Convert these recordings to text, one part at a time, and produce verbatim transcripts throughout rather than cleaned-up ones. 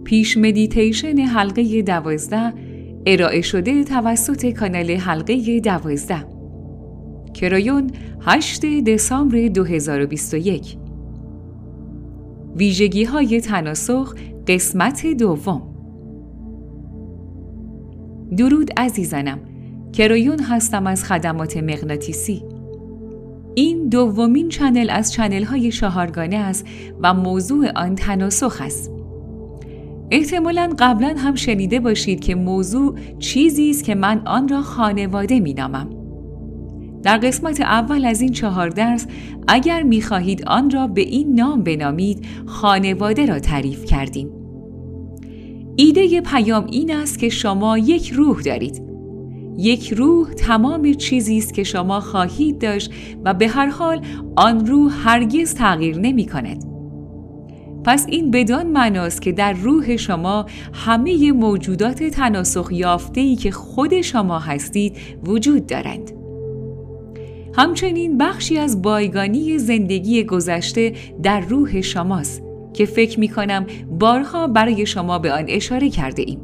پیش مدیتیشن حلقه دوازده ارائه شده توسط کانال حلقه دوازده. کرایون هشتم دسامبر دو هزار و بیست و یک. ویژگی های تناسخ قسمت دوم. درود عزیزانم، کرایون هستم از خدمات مغناطیسی. این دومین چنل از چنل های چهارگانه است و موضوع آن تناسخ است. احتمالاً قبلا هم شنیده باشید که موضوع چیزی است که من آن را خانواده می نامم. در قسمت اول از این چهار درس اگر می خواهید آن را به این نام بنامید، خانواده را تعریف کردیم. ایده پیام این است که شما یک روح دارید. یک روح تمام چیزی است که شما خواهید داشت و به هر حال آن روح هرگز تغییر نمی کند. پس این بدان معناست که در روح شما همه موجودات تناسخ یافته‌ای که خود شما هستید وجود دارند. همچنین بخشی از بایگانی زندگی گذشته در روح شماست که فکر می کنم بارها برای شما به آن اشاره کرده ایم.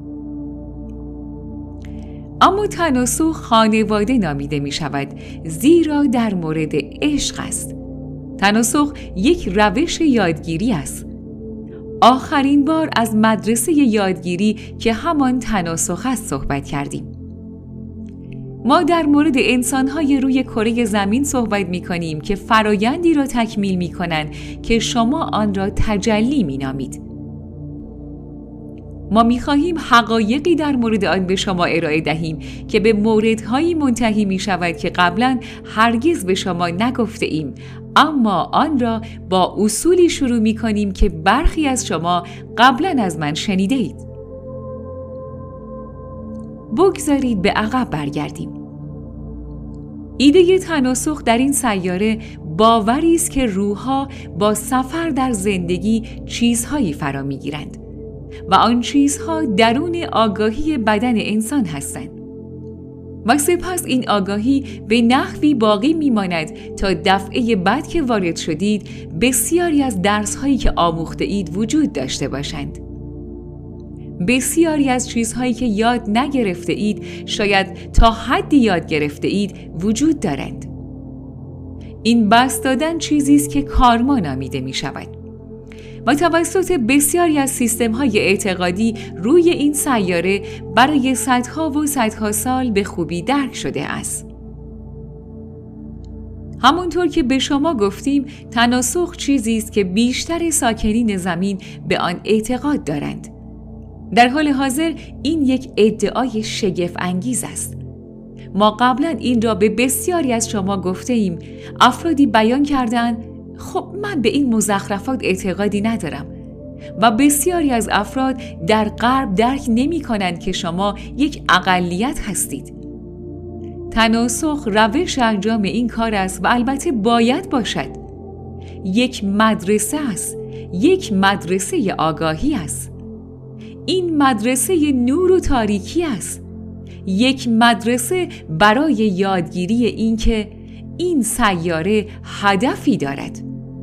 اما تناسخ خانواده نامیده می شود زیرا در مورد عشق است. تناسخ یک روش یادگیری است. آخرین بار از مدرسه یادگیری که همان تناسخ است صحبت کردیم. ما در مورد انسان‌های روی کره زمین صحبت می‌کنیم که فرایندی را تکمیل می‌کنند که شما آن را تجلی می‌نامید. ما می‌خواهیم حقایقی در مورد آن به شما ارائه دهیم که به موردهایی منتهی می‌شود که قبلاً هرگز به شما نگفته ایم، اما آن را با اصولی شروع می‌کنیم که برخی از شما قبلاً از من شنیده اید. بگذارید به عقب برگردیم. ایده تناسخ در این سیاره باوری است که روح‌ها با سفر در زندگی چیزهایی فرا می‌گیرند و آن چیزها درون آگاهی بدن انسان هستند و سپس این آگاهی به نحوی باقی می‌ماند تا دفعه بعد که وارد شدید بسیاری از درس‌هایی که آموخته اید وجود داشته باشند. بسیاری از چیزهایی که یاد نگرفته اید شاید تا حدی یاد گرفته اید وجود دارند. این بس دادن چیزی است که کارما نامیده می شود و توسط بسیاری از سیستم‌های اعتقادی روی این سیاره برای صدها و صدها سال به خوبی درک شده است. همونطور که به شما گفتیم، تناسخ چیزی است که بیشتر ساکنین زمین به آن اعتقاد دارند. در حال حاضر این یک ادعای شگفت انگیز است. ما قبلا این را به بسیاری از شما گفته ایم. افرادی بیان کردند خب من به این مزخرفات اعتقادی ندارم و بسیاری از افراد در غرب درک نمی کنند که شما یک اقلیت هستید. تناسخ روش انجام این کار است و البته باید باشد. یک مدرسه است، یک مدرسه آگاهی است. این مدرسه نور و تاریکی است. یک مدرسه برای یادگیری این که این سیاره هدفی دارد.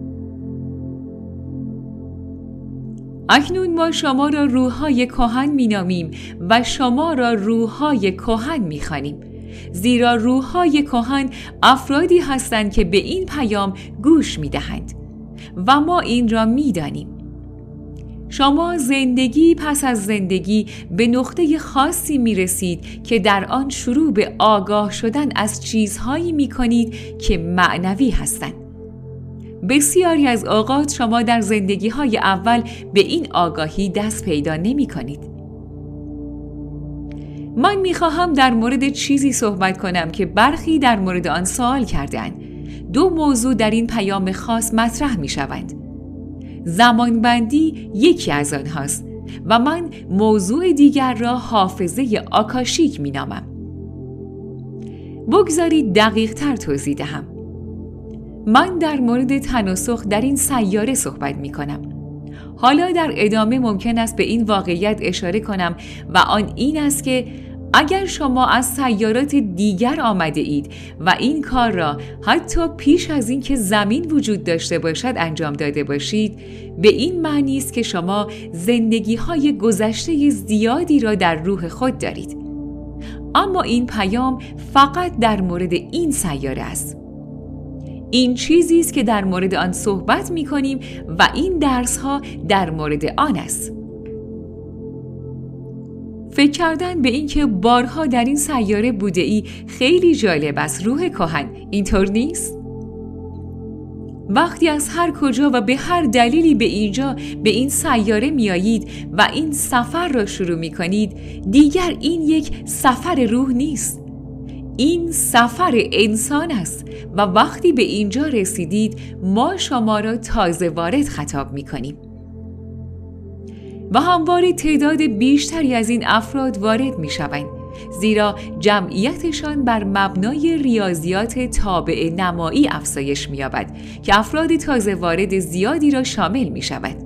اکنون ما شما را روح‌های کهن می‌نامیم و شما را روح‌های کهن می‌خوانیم، زیرا روح‌های کهن افرادی هستند که به این پیام گوش می‌دهند و ما این را می‌دانیم. شما زندگی پس از زندگی به نقطه خاصی می رسید که در آن شروع به آگاه شدن از چیزهایی می کنید که معنوی هستند. بسیاری از اوقات شما در زندگی‌های اول به این آگاهی دست پیدا نمی کنید. من می خواهم در مورد چیزی صحبت کنم که برخی در مورد آن سوال کردند. دو موضوع در این پیام خاص مطرح می شوند. زمانبندی یکی از آنهاست و من موضوع دیگر را حافظه آکاشیک می نامم. بگذارید دقیق تر توضیح دهم. من در مورد تناسخ در این سیاره صحبت می کنم. حالا در ادامه ممکن است به این واقعیت اشاره کنم و آن این است که اگر شما از سیارات دیگر آمده اید و این کار را حتی پیش از این که زمین وجود داشته باشد انجام داده باشید، به این معنی است که شما زندگی‌های گذشته زیادی را در روح خود دارید. اما این پیام فقط در مورد این سیاره است. این چیزی است که در مورد آن صحبت می‌کنیم و این درس‌ها در مورد آن است. فکر کردن به این که بارها در این سیاره بوده ای خیلی جالب است روح کهن، اینطور نیست؟ وقتی از هر کجا و به هر دلیلی به اینجا به این سیاره میایید و این سفر را شروع میکنید، دیگر این یک سفر روح نیست. این سفر انسان است و وقتی به اینجا رسیدید ما شما را تازه وارد خطاب میکنیم. و همواره تعداد بیشتری از این افراد وارد می شوند، زیرا جمعیتشان بر مبنای ریاضیات تابع نمایی افزایش می یابد که افراد تازه وارد زیادی را شامل می شود.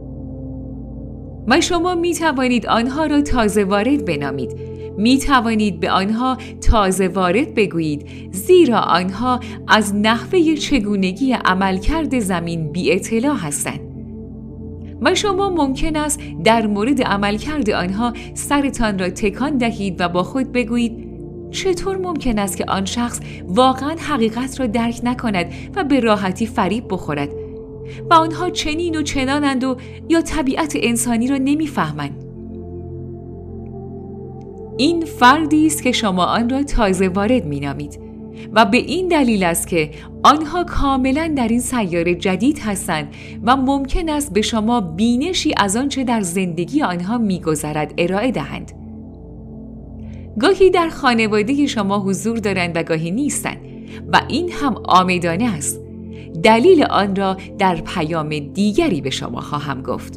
و شما می توانید آنها را تازه وارد بنامید. می توانید به آنها تازه وارد بگویید، زیرا آنها از نحوه چگونگی عملکرد زمین بی اطلاع هستند. و شما ممکن است در مورد عملکرد آنها سرتان را تکان دهید و با خود بگویید چطور ممکن است که آن شخص واقعا حقیقت را درک نکند و به راحتی فریب بخورد و آنها چنین و چنانند و یا طبیعت انسانی را نمیفهمند. این فردی است که شما آن را تازه وارد مینامید و به این دلیل است که آنها کاملا در این سیاره جدید هستند و ممکن است به شما بینشی از آنچه در زندگی آنها می‌گذرد ارائه دهند. گاهی در خانواده شما حضور دارند و گاهی نیستند و این هم عامدانه است. دلیل آن را در پیام دیگری به شما خواهم گفت.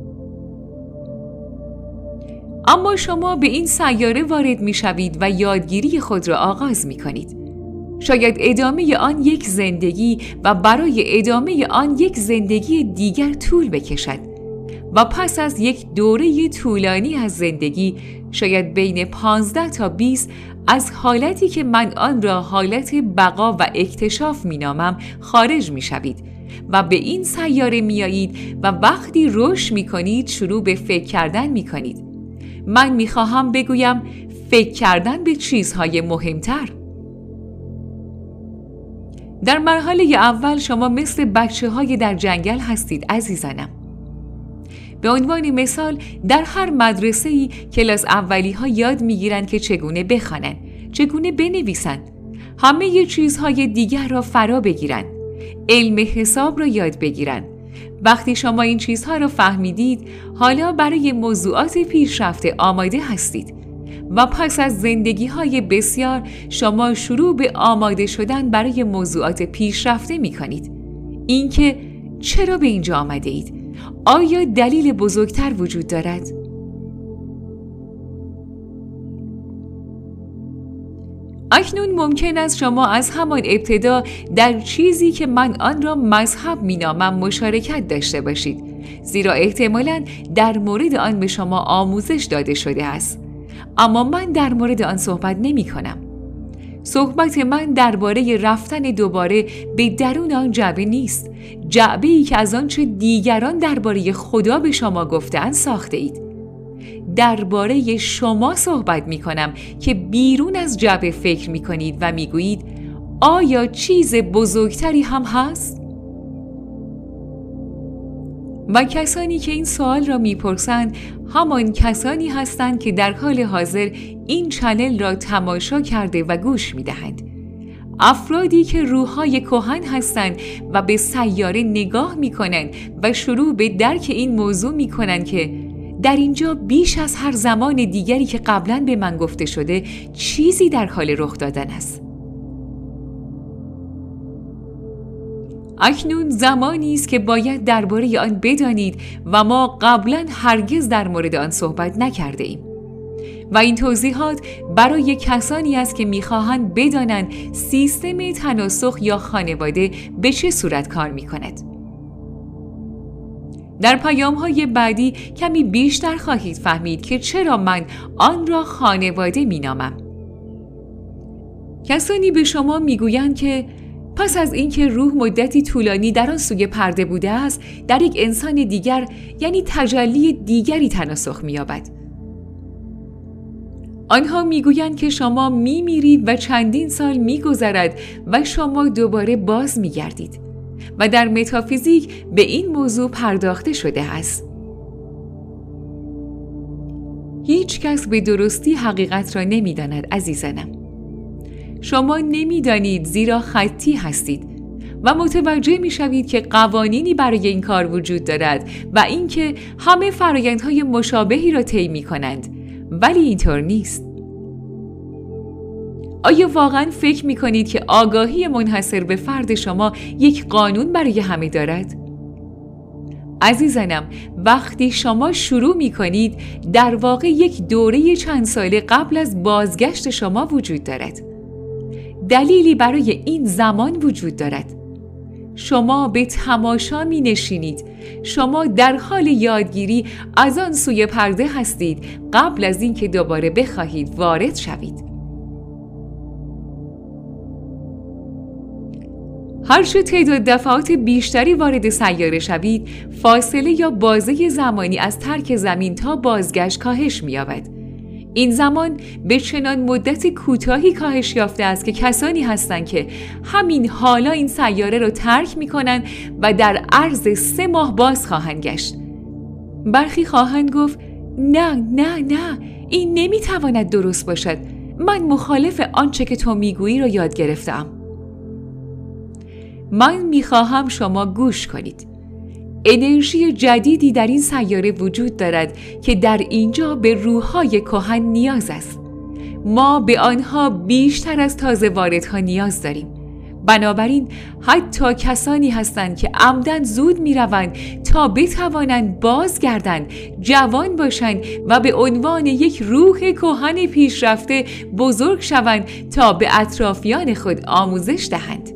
اما شما به این سیاره وارد می‌شوید و یادگیری خود را آغاز می‌کنید. شاید ادامه آن یک زندگی و برای ادامه آن یک زندگی دیگر طول بکشد و پس از یک دوره طولانی از زندگی، شاید بین پانزده تا بیست، از حالتی که من آن را حالت بقا و اکتشاف مینامم خارج میشوید و به این سیاره میایید و وقتی رشد میکنید شروع به فکر کردن میکنید. من میخواهم بگویم فکر کردن به چیزهای مهمتر. در مرحله اول شما مثل بچه های در جنگل هستید عزیزانم. به عنوان مثال در هر مدرسه‌ای کلاس اولی ها یاد میگیرند که چگونه بخوانند، چگونه بنویسند، همه ی چیزهای دیگر را فرا بگیرند، علم حساب را یاد بگیرند. وقتی شما این چیزها را فهمیدید، حالا برای موضوعات پیشرفته آماده هستید و پس از زندگی‌های بسیار شما شروع به آماده شدن برای موضوعات پیشرفته می‌کنید. اینکه چرا به اینجا آمده اید؟ آیا دلیل بزرگتر وجود دارد؟ اکنون ممکن است شما از همان ابتدا در چیزی که من آن را مذهب می‌نامم مشارکت داشته باشید، زیرا احتمالاً در مورد آن به شما آموزش داده شده است. اما من در مورد آن صحبت نمی کنم. صحبت من درباره رفتن دوباره به درون آن جعبه نیست، جعبه‌ای که از آنچه دیگران درباره خدا به شما گفتند ساخته اید. درباره شما صحبت می کنم که بیرون از جعبه فکر می کنید و می گویید آیا چیز بزرگتری هم هست؟ و کسانی که این سوال را میپرسند همان کسانی هستند که در حال حاضر این چنل را تماشا کرده و گوش میدهند. افرادی که روح‌های کهن هستند و به سیاره نگاه میکنند و شروع به درک این موضوع میکنند که در اینجا بیش از هر زمان دیگری که قبلا به من گفته شده چیزی در حال رخ دادن است. اکنون زمانی است که باید درباره آن بدانید و ما قبلا هرگز در مورد آن صحبت نکرده ایم. و این توضیحات برای کسانی است که می‌خواهند بدانند سیستم تناسخ یا خانواده به چه صورت کار می‌کند. در پیام‌های بعدی کمی بیشتر خواهید فهمید که چرا من آن را خانواده می‌نامم. کسانی به شما می‌گویند که پس از اینکه روح مدتی طولانی در آن سوی پرده بوده است، در یک انسان دیگر یعنی تجلی دیگری تناسخ می‌یابد. آنها میگویند که شما میمیرید و چندین سال میگذرد و شما دوباره باز میگردید و در متافیزیک به این موضوع پرداخته شده است. هیچ کس به درستی حقیقت را نمیداند عزیزانم. شما نمیدانید زیرا خطی هستید و متوجه میشوید که قوانینی برای این کار وجود دارد و اینکه همه فرآیندهای مشابهی را طی می‌کنند، ولی اینطور نیست. آیا واقعاً فکر می‌کنید که آگاهی منحصر به فرد شما یک قانون برای همه دارد؟ عزیزانم، وقتی شما شروع می‌کنید، در واقع یک دوره چند ساله قبل از بازگشت شما وجود دارد. دلیلی برای این زمان وجود دارد. شما به تماشا می نشینید. شما در حال یادگیری از آن سوی پرده هستید قبل از اینکه دوباره بخواهید وارد شوید. هرچه تعداد دفعات بیشتری وارد سیاره شوید، فاصله یا بازه زمانی از ترک زمین تا بازگشت کاهش می یابد. این زمان به چنان مدت کوتاهی کاهش یافته است که کسانی هستند که همین حالا این سیاره را ترک می کنند و در عرض سه ماه باز خواهند گشت. برخی خواهند گفت نه نه نه این نمی تواند درست باشد. من مخالف آنچه که تو می گویی را یاد گرفتم. من می خواهم شما گوش کنید. انرژی جدیدی در این سیاره وجود دارد که در اینجا به روح‌های کهن نیاز است. ما به آنها بیشتر از تازه واردها نیاز داریم. بنابراین حتی کسانی هستند که عمدن زود می روند تا بتوانند بازگردند، جوان باشند و به عنوان یک روح کهن پیشرفته بزرگ شوند تا به اطرافیان خود آموزش دهند.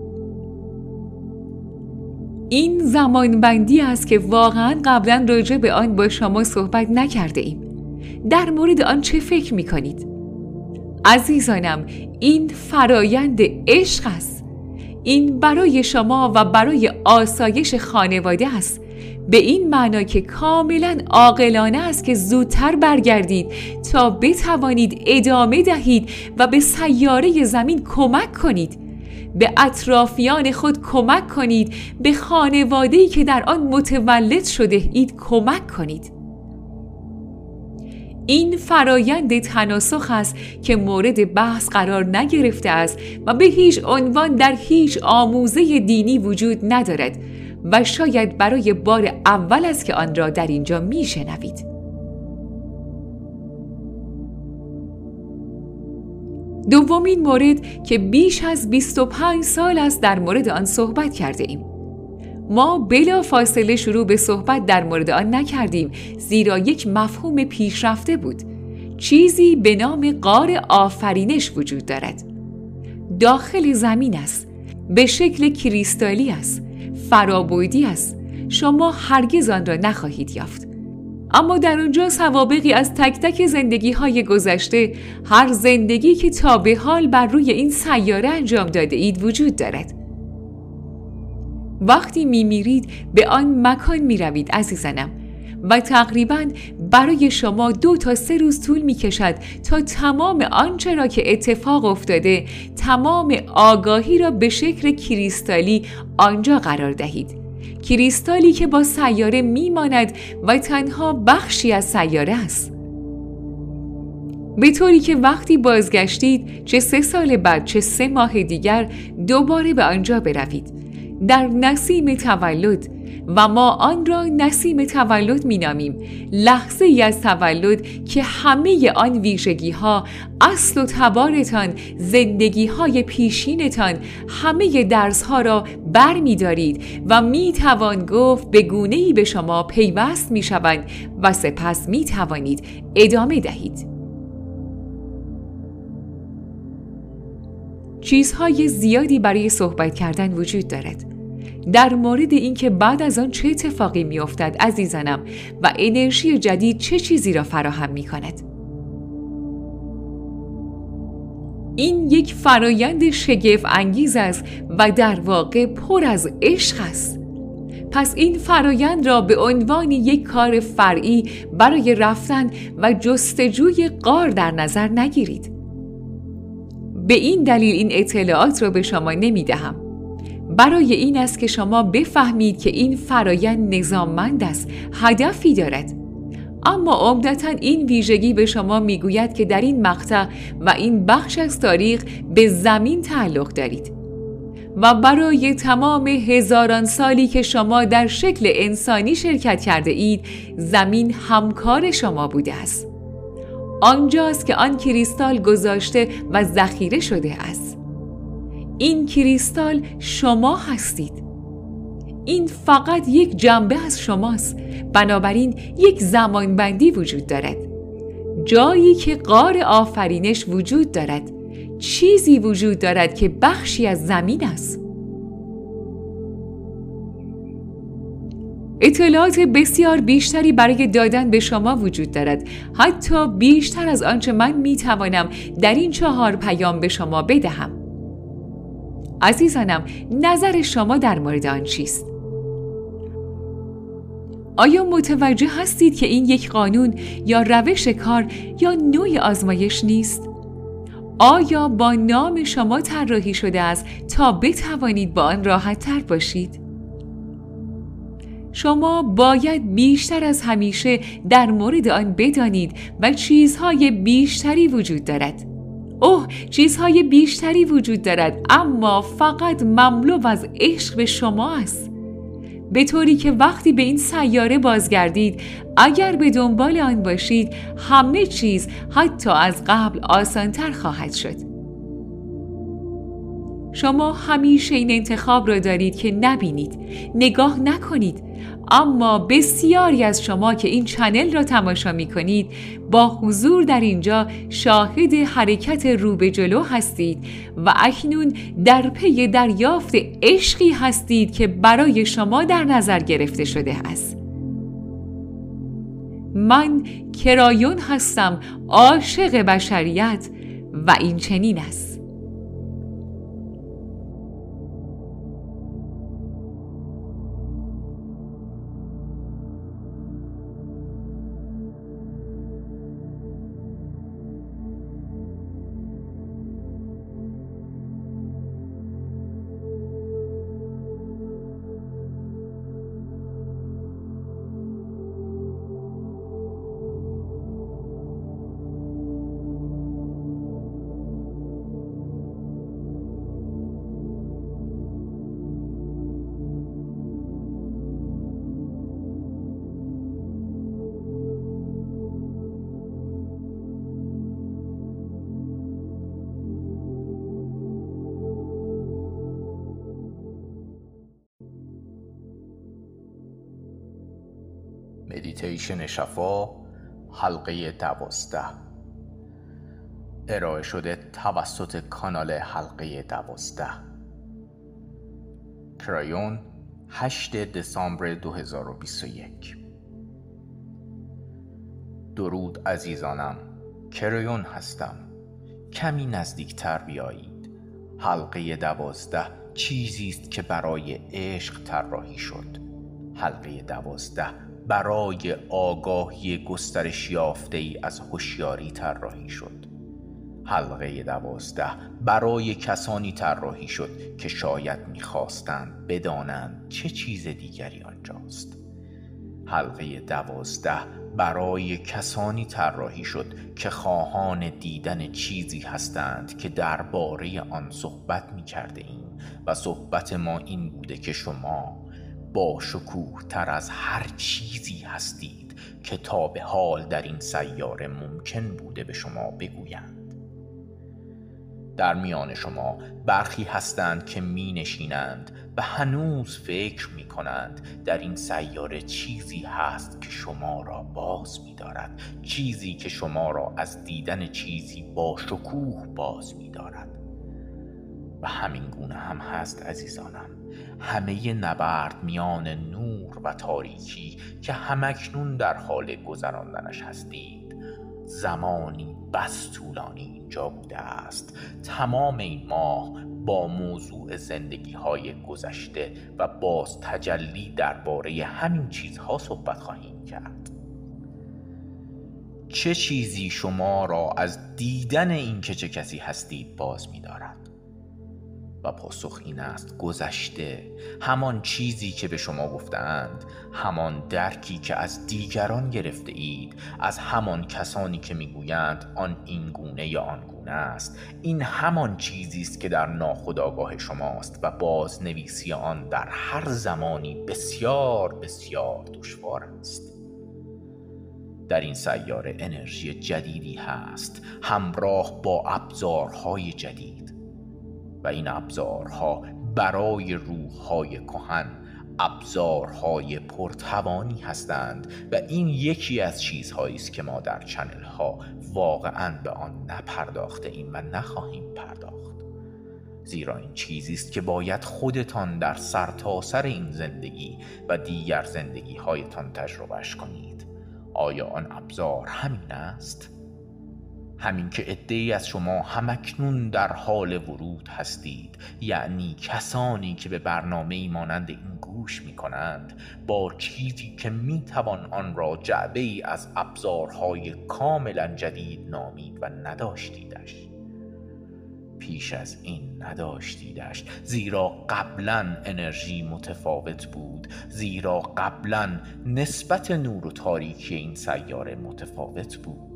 این زمانبندی است که واقعا قبلا راجع به آن با شما صحبت نکرده ایم. در مورد آن چه فکر می کنید؟ عزیزانم، این فرایند عشق است. این برای شما و برای آسایش خانواده است. به این معنا که کاملا عاقلانه است که زودتر برگردید تا بتوانید ادامه دهید و به سیاره زمین کمک کنید. به اطرافیان خود کمک کنید، به خانواده‌ای که در آن متولد شده اید کمک کنید. این فرایند تناسخ است که مورد بحث قرار نگرفته است و به هیچ عنوان در هیچ آموزه دینی وجود ندارد و شاید برای بار اول است که آن را در اینجا میشنوید. دومین مورد که بیش از بیست و پنج سال است در مورد آن صحبت کرده ایم. ما بلا فاصله شروع به صحبت در مورد آن نکردیم، زیرا یک مفهوم پیشرفته بود. چیزی به نام غار آفرینش وجود دارد. داخل زمین است، به شکل کریستالی است، فرابعدی است. شما هرگز آن را نخواهید یافت. اما در اونجا سوابقی از تک تک زندگی‌های گذشته، هر زندگی که تا به حال بر روی این سیاره انجام داده اید وجود دارد. وقتی می‌میرید به آن مکان می‌روید عزیزانم و تقریباً برای شما دو تا سه روز طول می‌کشد تا تمام آنچه را که اتفاق افتاده، تمام آگاهی را به شکل کریستالی آنجا قرار دهید. کریستالی که با سیاره میماند و تنها بخشی از سیاره است. به طوری که وقتی بازگشتید، چه سه سال بعد چه سه ماه دیگر، دوباره به آنجا بروید، در نسیم تولد، و ما آن را نسیم تولد مینامیم. لحظه ای از تولد که همه آن ویژگی ها، اصل و تبارتان، زندگی های پیشینتان، همه درس ها را بر می دارید و می توان گفت به گونه ای به شما پیوست می شوند و سپس می توانید ادامه دهید. چیزهای زیادی برای صحبت کردن وجود دارد. در مورد اینکه بعد از آن چه اتفاقی می‌افتد عزیزانم و انرژی جدید چه چیزی را فراهم می‌کند. این یک فرایند شگفت انگیز است و در واقع پر از عشق است. پس این فرایند را به عنوان یک کار فرعی برای رفتن و جستجوی غار در نظر نگیرید. به این دلیل این اطلاعات را به شما نمی دهم. برای این است که شما بفهمید که این فرایند نظاممند است، هدفی دارد. اما عمدتاً این ویژگی به شما میگوید که در این مقطع و این بخش از تاریخ به زمین تعلق دارید و برای تمام هزاران سالی که شما در شکل انسانی شرکت کرده اید، زمین همکار شما بوده است. آنجاست که آن کریستال گذاشته و ذخیره شده است. این کریستال شما هستید. این فقط یک جنبه از شماست. بنابراین یک زمانبندی وجود دارد. جایی که غار آفرینش وجود دارد. چیزی وجود دارد که بخشی از زمین است. اطلاعات بسیار بیشتری برای دادن به شما وجود دارد، حتی بیشتر از آنچه من میتوانم در این چهار پیام به شما بدهم. عزیزانم، نظر شما در مورد آن چیست؟ آیا متوجه هستید که این یک قانون یا روش کار یا نوع آزمایش نیست؟ آیا با نام شما طراحی شده است تا بتوانید با آن راحت تر باشید؟ شما باید بیشتر از همیشه در مورد آن بدانید و چیزهای بیشتری وجود دارد. اوه، چیزهای بیشتری وجود دارد، اما فقط مملو از عشق به شما است. به طوری که وقتی به این سیاره بازگردید، اگر به دنبال آن باشید، همه چیز حتی از قبل آسانتر خواهد شد. شما همیشه این انتخاب را دارید که نبینید، نگاه نکنید، اما بسیاری از شما که این چنل را تماشا می کنید با حضور در اینجا شاهد حرکت رو به جلو هستید و اکنون در پی دریافت عشقی هستید که برای شما در نظر گرفته شده است. من کرایون هستم، عاشق بشریت، و این چنین است. مدیتیشن شفا حلقه دوازده ارائه شده توسط کانال حلقه دوازده. کرایون، هشتم دسامبر دو هزار و بیست و یک. درود عزیزانم، کرایون هستم. کمی نزدیکتر بیایید. حلقه دوازده چیزی است که برای عشق طراحی شد. حلقه دوازده برای آگاهی گسترش یافته ای از هوشیاری طراحی شد. حلقه دوازده برای کسانی طراحی شد که شاید می‌خواستند بدانند چه چیز دیگری آنجاست. حلقه دوازده برای کسانی طراحی شد که خواهان دیدن چیزی هستند که درباره آن صحبت می‌کردیم و صحبت ما این بوده که شما با شکوه تر از هر چیزی هستید که تا به حال در این سیاره ممکن بوده به شما بگویند. در میان شما برخی هستند که می نشینند و هنوز فکر می کنند در این سیاره چیزی هست که شما را باز می دارد، چیزی که شما را از دیدن چیزی با شکوه باز می دارد. و همین گونه هم هست عزیزانم. همه نبرد میان نور و تاریکی که همکنون در حال گذراندنش هستید زمانی بس طولانی اینجا بوده است. تمام این ماه با موضوع زندگی های گذشته و باز تجلی درباره همین چیزها صحبت خواهیم کرد. چه چیزی شما را از دیدن این که چه کسی هستید باز می دارد؟ و پاسخ این است گذشته، همان چیزی که به شما گفتند، همان درکی که از دیگران گرفته اید، از همان کسانی که میگویند آن این گونه یا آن گونه است. این همان چیزی است که در ناخودآگاه شماست و بازنویسی آن در هر زمانی بسیار بسیار دشوار است. در این سیاره انرژی جدیدی هست همراه با ابزارهای جدید و این ابزارها برای روح‌های کهن ابزارهای پرتوانی هستند و این یکی از چیزهایی است که ما در چنل ها واقعاً به آن نپرداخته ایم و نخواهیم پرداخت، زیرا این چیزی است که باید خودتان در سرتاسر این زندگی و دیگر زندگی هایتان تجربهش کنید. آیا آن ابزار همین است؟ همین که عده‌ای از شما همکنون در حال ورود هستید، یعنی کسانی که به برنامه‌ای مانند این گوش می‌کنند با چیزی که می‌توان آن را جعبه‌ای از ابزارهای کاملا جدید نامید و نداشتیدش. پیش از این نداشتیدش، زیرا قبلا انرژی متفاوت بود، زیرا قبلا نسبت نور و تاریکی این سیاره متفاوت بود.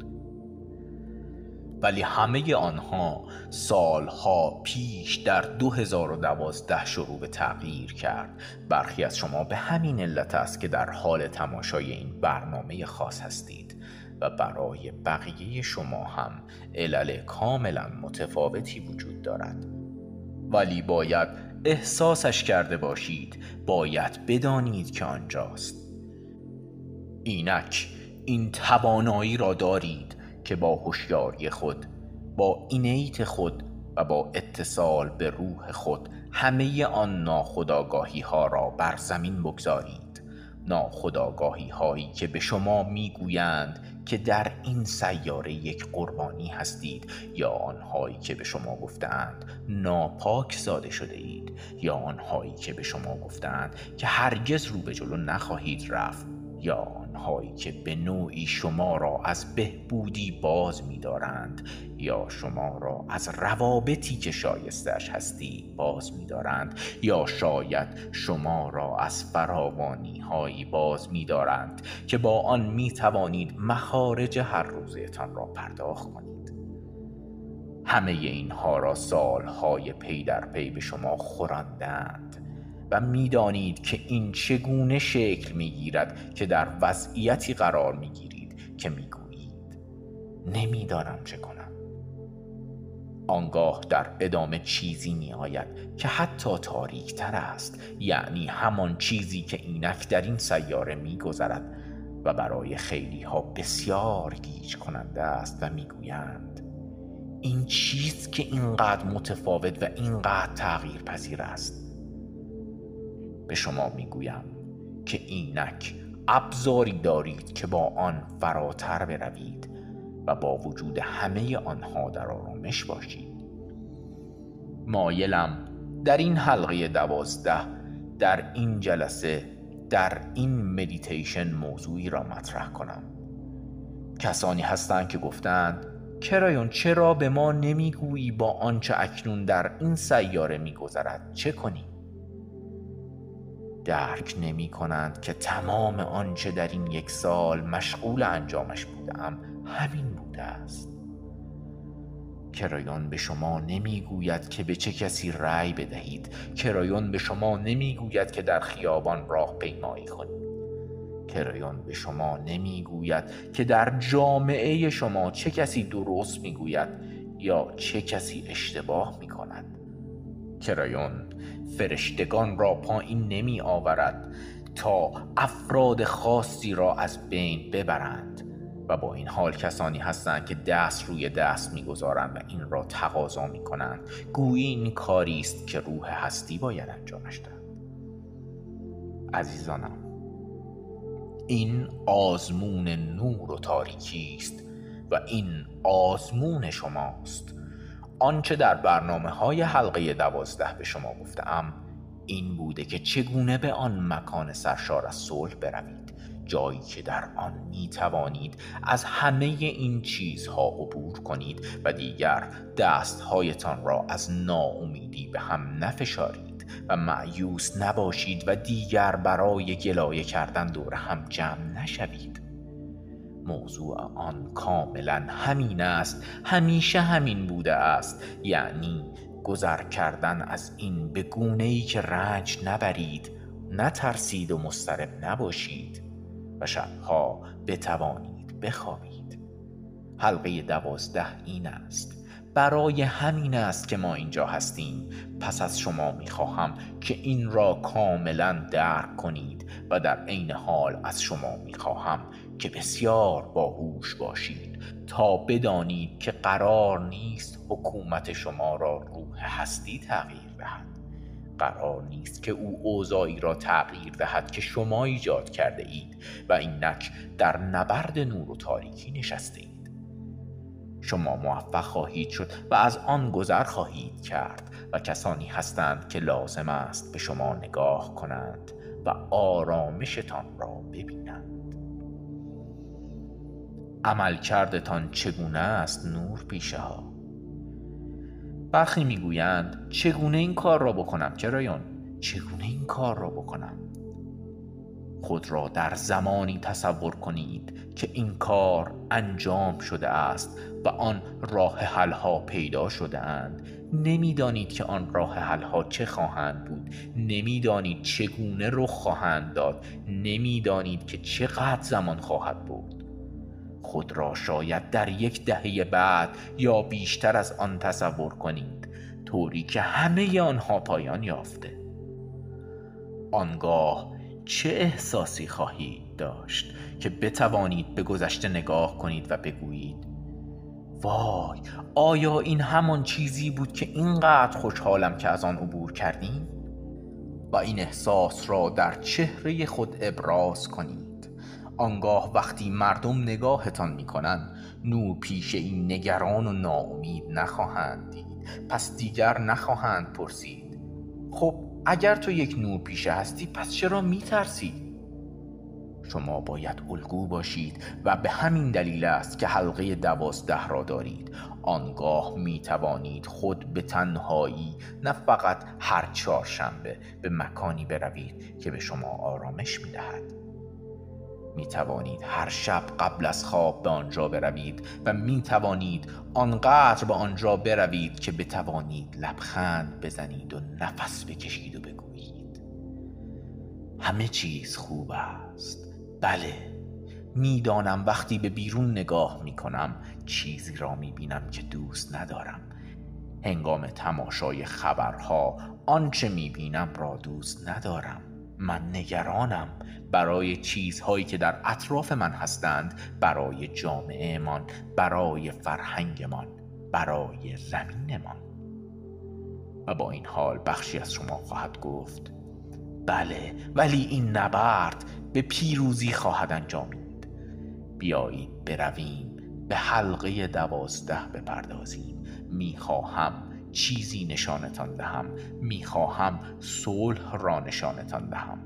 ولی همه آنها سالها پیش در دو هزار و دوازده شروع به تغییر کرد. برخی از شما به همین علت است که در حال تماشای این برنامه خاص هستید و برای بقیه شما هم علل کاملا متفاوتی وجود دارد. ولی باید احساسش کرده باشید، باید بدانید که آنجاست. اینک این توانایی را دارید که با هوشیاری خود، با اینیت خود و با اتصال به روح خود همه آن ناخودآگاهی ها را بر زمین بگذارید. ناخودآگاهی هایی که به شما میگویند که در این سیاره یک قربانی هستید، یا آنهایی که به شما گفتند ناپاک زاده شده اید، یا آنهایی که به شما گفتند که هرگز رو به جلو نخواهید رفت، یا آنهایی که به نوعی شما را از بهبودی باز می‌دارند یا شما را از روابطی که شایسته‌اش هستی باز می‌دارند، یا شاید شما را از فراوانی‌هایی باز می‌دارند که با آن می‌توانید مخارج هر روزتان را پرداخت کنید. همه اینها را سالهای پی در پی به شما خوراندند و می‌دانید که این چگونه شکل می‌گیرد که در وضعیتی قرار می‌گیرید که می‌گویید نمی‌دانم چه کنم. آنگاه در ادامه چیزی می‌آید که حتی تاریک‌تر است، یعنی همان چیزی که اینک در این سیاره می‌گذرد و برای خیلی‌ها بسیار گیج کننده است و می‌گویند این چیز که اینقدر متفاوت و اینقدر تغییر پذیر است. به شما میگویم که اینک ابزاری دارید که با آن فراتر بروید و با وجود همه آنها در آرامش باشید. مایلم در این حلقه دوازده در این جلسه در این مدیتیشن موضوعی را مطرح کنم. کسانی هستند که گفتند کرایون چرا به ما نمیگویی با آنچه اکنون در این سیاره میگذرد چه کنیم؟ درک نمی کنند که تمام آنچه در این یک سال مشغول انجامش بودم همین بوده است. کرایون به شما نمی گوید که به چه کسی رأی بدهید. کرایون به شما نمی گوید که در خیابان راه پیمایی کنید. کرایون به شما نمی گوید که در جامعه شما چه کسی درست می گوید یا چه کسی اشتباه می کند. کرایون فرشتگان را پایین نمی آورد تا افراد خاصی را از بین ببرند، و با این حال کسانی هستند که دست روی دست می‌گذارند و این را تقاضا می‌کنند، گویی این کاری است که روح هستی باید انجامش دهد. عزیزانم، این آزمون نور و تاریکی است و این آزمون شماست. آنچه در برنامه‌های حلقه دوازده به شما گفتم این بوده که چگونه به آن مکان سرشار از صلح بروید، جایی که در آن می توانید از همه این چیزها عبور کنید و دیگر دستهایتان را از ناامیدی به هم نفشارید و مایوس نباشید و دیگر برای گلایه کردن دور هم جمع نشوید. موضوع آن کاملا همین است، همیشه همین بوده است، یعنی گذر کردن از این به گونه‌ای که رنج نبرید، نترسید و مضطرب نباشید و شبها بتوانید بخوابید. حلقه دوازده این است. برای همین است که ما اینجا هستیم. پس از شما میخواهم که این را کاملا درک کنید و در عین حال از شما میخواهم که بسیار باهوش باشید تا بدانید که قرار نیست حکومت شما را روح هستی تغییر دهد. قرار نیست که او اوضاعی را تغییر دهد که شما ایجاد کرده اید و اینک در نبرد نور و تاریکی نشسته اید. شما موفق خواهید شد و از آن گذر خواهید کرد و کسانی هستند که لازم است به شما نگاه کنند و آرامشتان را ببینند. عملکردتان چگونه است نور پیشه ها؟ برخی میگویند چگونه این کار را بکنم کرایون؟ چگونه این کار را بکنم؟ خود را در زمانی تصور کنید که این کار انجام شده است و آن راه حل ها پیدا شده اند. نمیدانید که آن راه حل ها چه خواهند بود، نمیدانید چگونه رخ خواهند داد، نمیدانید که چقدر زمان خواهد بود. خود را شاید در یک دهه بعد یا بیشتر از آن تصور کنید، طوری که همه آنها پایان یافته. آنگاه چه احساسی خواهید داشت که بتوانید به گذشته نگاه کنید و بگویید وای، آیا این همان چیزی بود که اینقدر خوشحالم که از آن عبور کردیم؟ و این احساس را در چهره خود ابراز کنید. آنگاه وقتی مردم نگاهتان می‌کنند، نور پیش این نگران و ناامید نخواهند دید. پس دیگر نخواهند پرسید خب اگر تو یک نور پیشه هستی پس چرا می‌ترسی؟ شما باید الگو باشید و به همین دلیل است که حلقه دوازده را دارید. آنگاه می توانید خود به تنهایی، نه فقط هر چهارشنبه، به مکانی بروید که به شما آرامش می دهد. می توانید هر شب قبل از خواب به آنجا بروید و می توانید آنقدر به آنجا بروید که بتوانید لبخند بزنید و نفس بکشید و بگویید همه چیز خوب است. بله، میدانم وقتی به بیرون نگاه میکنم چیزی را میبینم که دوست ندارم. هنگام تماشای خبرها آنچه میبینم را دوست ندارم. من نگرانم برای چیزهایی که در اطراف من هستند، برای جامعه من، برای فرهنگمان، برای زمینمان. و با این حال بخشی از شما خواهد گفت بله، ولی این نبرد به پیروزی خواهد انجامید. بیایید برویم به حلقه دوازده بپردازیم. میخواهم چیزی نشانتان دهم، میخواهم صلح را نشانتان دهم.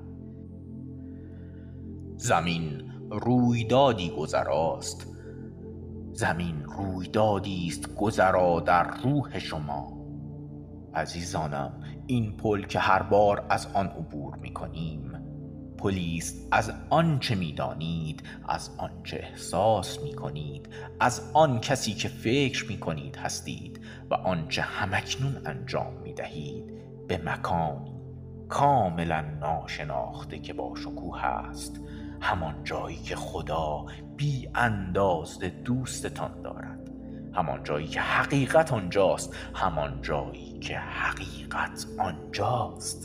زمین رویدادی گذراست. زمین رویدادی است گذرا در روح شما. عزیزانم، این پل که هر بار از آن عبور میکنیم، پلیست از آنچه میدانید، از آنچه احساس میکنید، از آن کسی که فکر میکنید هستید و آنچه همکنون انجام میدهید به مکانی کاملا ناشناخته که با شکوه است، همان جایی که خدا بی اندازه دوستتان دارد، همان جایی که حقیقت آنجاست، همان جایی که حقیقت آنجاست.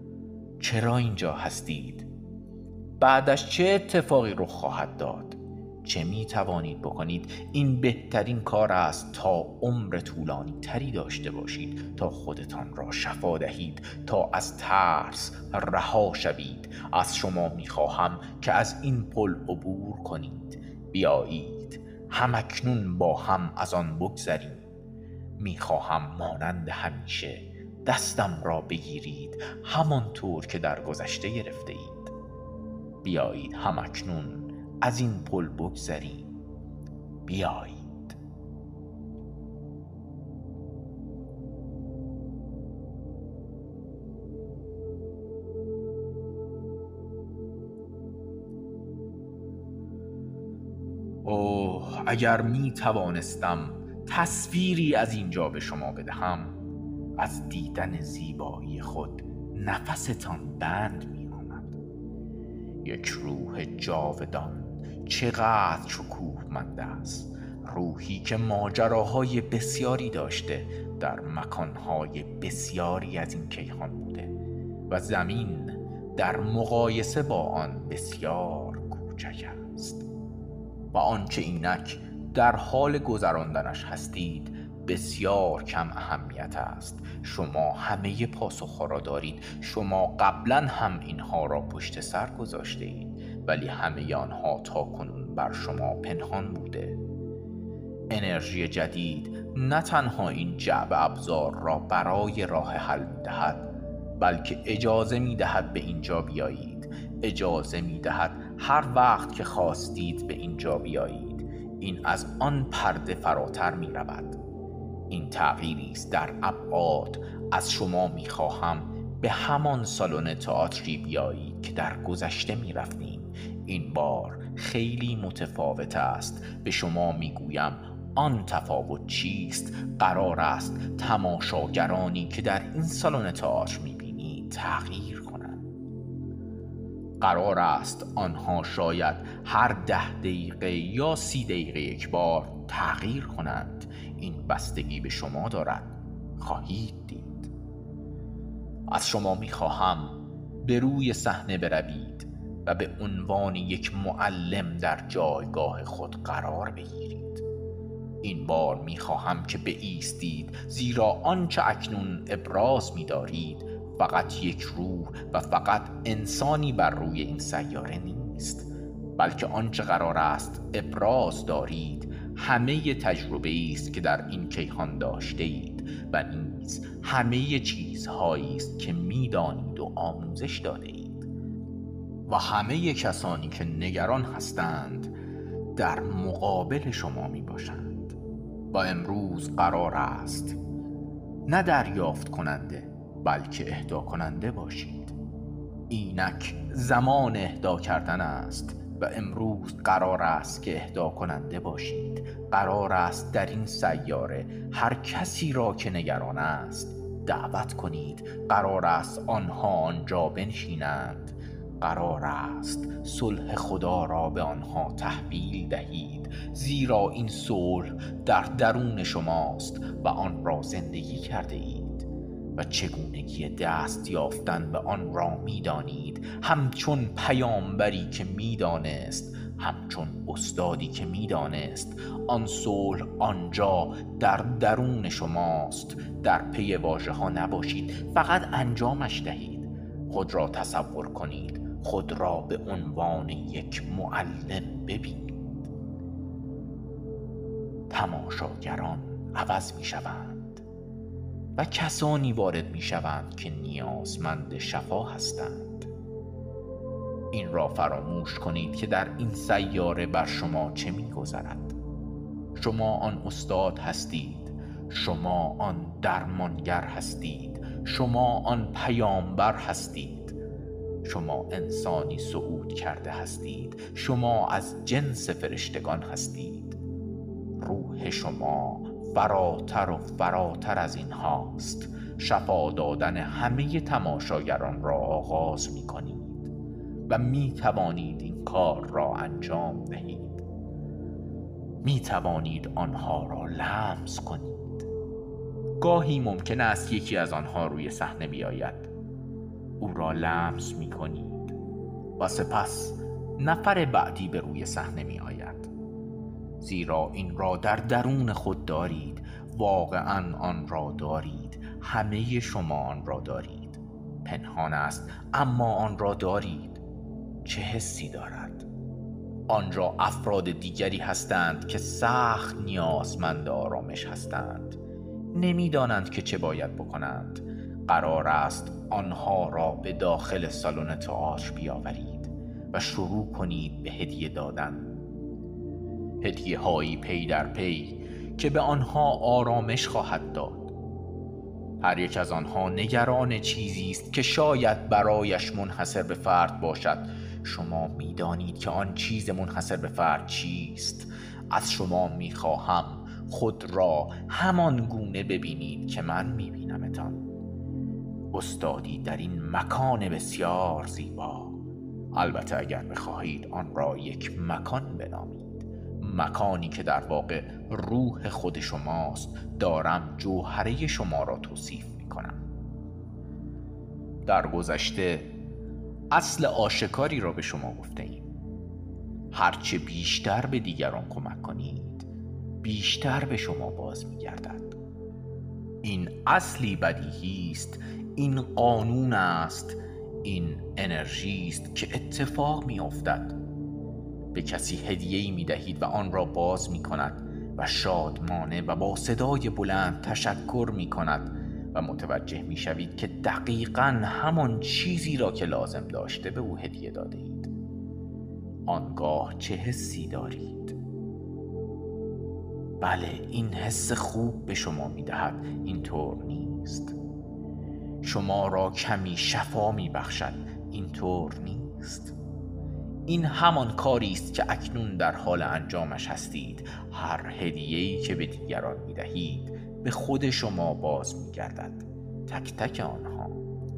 چرا اینجا هستید؟ بعدش چه اتفاقی رخ خواهد داد؟ چه می توانید بکنید؟ این بهترین کار است تا عمر طولانی تری داشته باشید، تا خودتان را شفا دهید، تا از ترس رها شوید. از شما می خواهم که از این پل عبور کنید. بیایید همکنون با هم از آن بگذریم. می خواهم مانند همیشه دستم را بگیرید، همانطور که در گذشته گرفته اید. بیایید همکنون از این پل بگذریم. بیایید. اوه، اگر می توانستم تصویری از اینجا به شما بدهم، از دیدن زیبایی خود نفستان بند می آمد. یک روح جاودان چقدر شکوهمند است، روحی که ماجراهای بسیاری داشته، در مکانهای بسیاری از این کیهان بوده و زمین در مقایسه با آن بسیار کوچک است و آنچه اینک در حال گذراندنش هستید بسیار کم اهمیت است. شما همه پاسخها را دارید. شما قبلا هم اینها را پشت سر گذاشته اید، ولی همه آنها تا کنون بر شما پنهان بوده. انرژی جدید نه تنها این جعبه ابزار را برای راه حل می دهد، بلکه اجازه می دهد به اینجا بیایید. اجازه می دهد هر وقت که خواستید به اینجا بیایید. این از آن پرده فراتر می رود. این تغییری است در ابعاد. از شما می خواهم به همان سالن تئاتری بیایید که در گذشته می رفتیم. این بار خیلی متفاوت است. به شما می گویم آن تفاوت چیست؟ قرار است تماشاگرانی که در این سالن تئاتر می بینید تغییر کنند. قرار است آنها شاید هر ده دقیقه یا سی دقیقه یک بار تغییر کنند. این بستگی به شما دارد. خواهید دید. از شما می خواهم به روی صحنه بروید و به عنوان یک معلم در جایگاه خود قرار بگیرید. این بار می خواهم که بایستید، زیرا آنچه اکنون ابراز می دارید فقط یک روح و فقط انسانی بر روی این سیاره نیست، بلکه آنچه قرار است ابراز دارید همه تجربه است که در این کیهان داشته اید و نیز همه چیزهایی است که میدانید و آموزش داده اید و همه کسانی که نگران هستند در مقابل شما می باشند. و امروز قرار است نه دریافت کننده بلکه اهدا کننده باشید. اینک زمان اهدا کردن است و امروز قرار است که اهدا کننده باشید. قرار است در این سیاره هر کسی را که نگران است دعوت کنید. قرار است آنها آنجا بنشینند. قرار است صلح خدا را به آنها تحویل دهید، زیرا این صلح در درون شماست و آن را زندگی کرده اید و چگونگی دست یافتن به آن را میدانید، همچون پیامبری که میدانست، همچون استادی که میدانست. آن صلح آنجا در درون شماست. در پی واژه ها نباشید، فقط انجامش دهید. خود را تصور کنید، خود را به عنوان یک معلم ببینید. تماشاگران عوض می شوند و کسانی وارد می شوند که نیازمند شفا هستند. این را فراموش کنید که در این سیاره بر شما چه می گذرد. شما آن استاد هستید، شما آن درمانگر هستید، شما آن پیامبر هستید، شما انسانی صعود کرده هستید، شما از جنس فرشتگان هستید. روح شما فراتر و فراتر از این هاست. شفا دادن همه تماشاگران را آغاز می کنید و می توانید این کار را انجام دهید. می توانید آنها را لمس کنید. گاهی ممکن است یکی از آنها روی صحنه بیاید. او را لمس می کنید و سپس نفر بعدی به روی صحنه می آید. زیرا این را در درون خود دارید. واقعا آن را دارید. همه شما آن را دارید. پنهان است اما آن را دارید. چه حسی دارد؟ آن را افراد دیگری هستند که سخت نیازمند آرامش هستند. نمیدانند که چه باید بکنند. قرار است آنها را به داخل سالن تئاتر بیاورید و شروع کنید به هدیه دادن. هدیه هایی پی در پی که به آنها آرامش خواهد داد. هر یک از آنها نگران چیزی است که شاید برایش منحصر به فرد باشد. شما میدانید که آن چیز منحصر به فرد چیست. از شما میخواهم خود را همان گونه ببینید که من میبینمتان. استادی در این مکان بسیار زیبا. البته اگر بخواهید آن را یک مکان بنامید، مکانی که در واقع روح خود شماست. دارم جوهره شما را توصیف میکنم. در گذشته اصل آشکاری را به شما گفته ایم. هرچه بیشتر به دیگران کمک کنید، بیشتر به شما باز میگردد. این اصلی بدیهی است. این قانون است. این انرژی است که اتفاق می افتد. به کسی هدیه‌ای می دهید و آن را باز می کند و شادمانه و با صدای بلند تشکر می کند و متوجه می شوید که دقیقاً همان چیزی را که لازم داشته به او هدیه داده اید. آنگاه چه حسی دارید؟ بله، این حس خوب به شما می دهد. اینطور نیست؟ شما را کمی شفا می بخشد. اینطور نیست؟ این همان کاری است که اکنون در حال انجامش هستید. هر هدیه‌ای که به دیگران می دهید به خود شما باز می گردد. تک تک آنها.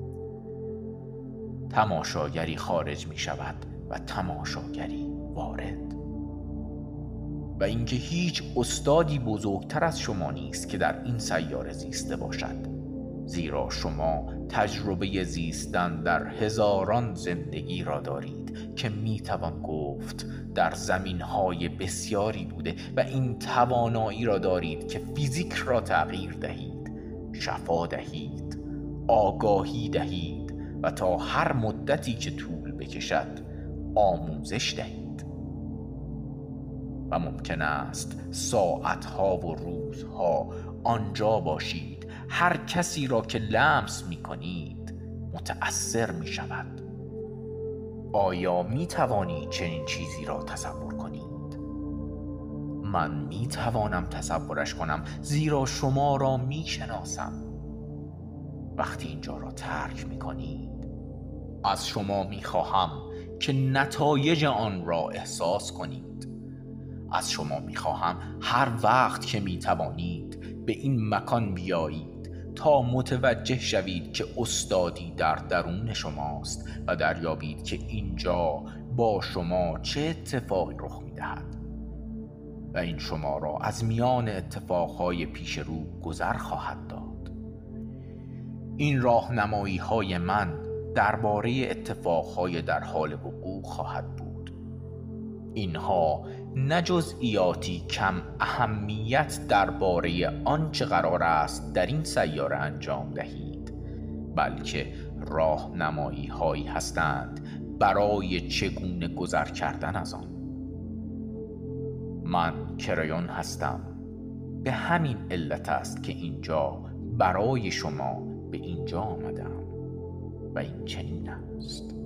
تماشاگری خارج می شود و تماشاگری وارد. و اینکه هیچ استادی بزرگتر از شما نیست که در این سیاره زیسته باشد. زیرا شما تجربه زیستن در هزاران زندگی را دارید که میتوان گفت در زمینهای بسیاری بوده و این توانایی را دارید که فیزیک را تغییر دهید، شفا دهید، آگاهی دهید و تا هر مدتی که طول بکشد آموزش دهید. و ممکن است ساعتها و روزها آنجا باشید. هر کسی را که لمس می کنید متأثر می شود. آیا می توانید چنین چیزی را تصور کنید؟ من می توانم تصورش کنم، زیرا شما را می شناسم. وقتی اینجا را ترک می کنید، از شما می خواهم که نتایج آن را احساس کنید. از شما می خواهم هر وقت که می توانید به این مکان بیایید تا متوجه شوید که استادی در درون شماست و دریابید که اینجا با شما چه اتفاقی رخ می‌دهد و این شما را از میان اتفاقهای پیش رو گذر خواهد داد. این راهنمایی‌های من درباره اتفاقهای در حال وقوع خواهد بود. اینها نه جزئیاتی کم اهمیت درباره آنچه قرار است در این سیاره انجام دهید، بلکه راهنمایی هایی هستند برای چگونه گذر کردن از آن. من کریون هستم. به همین علت است که اینجا برای شما به اینجا آمدم و این چنین است.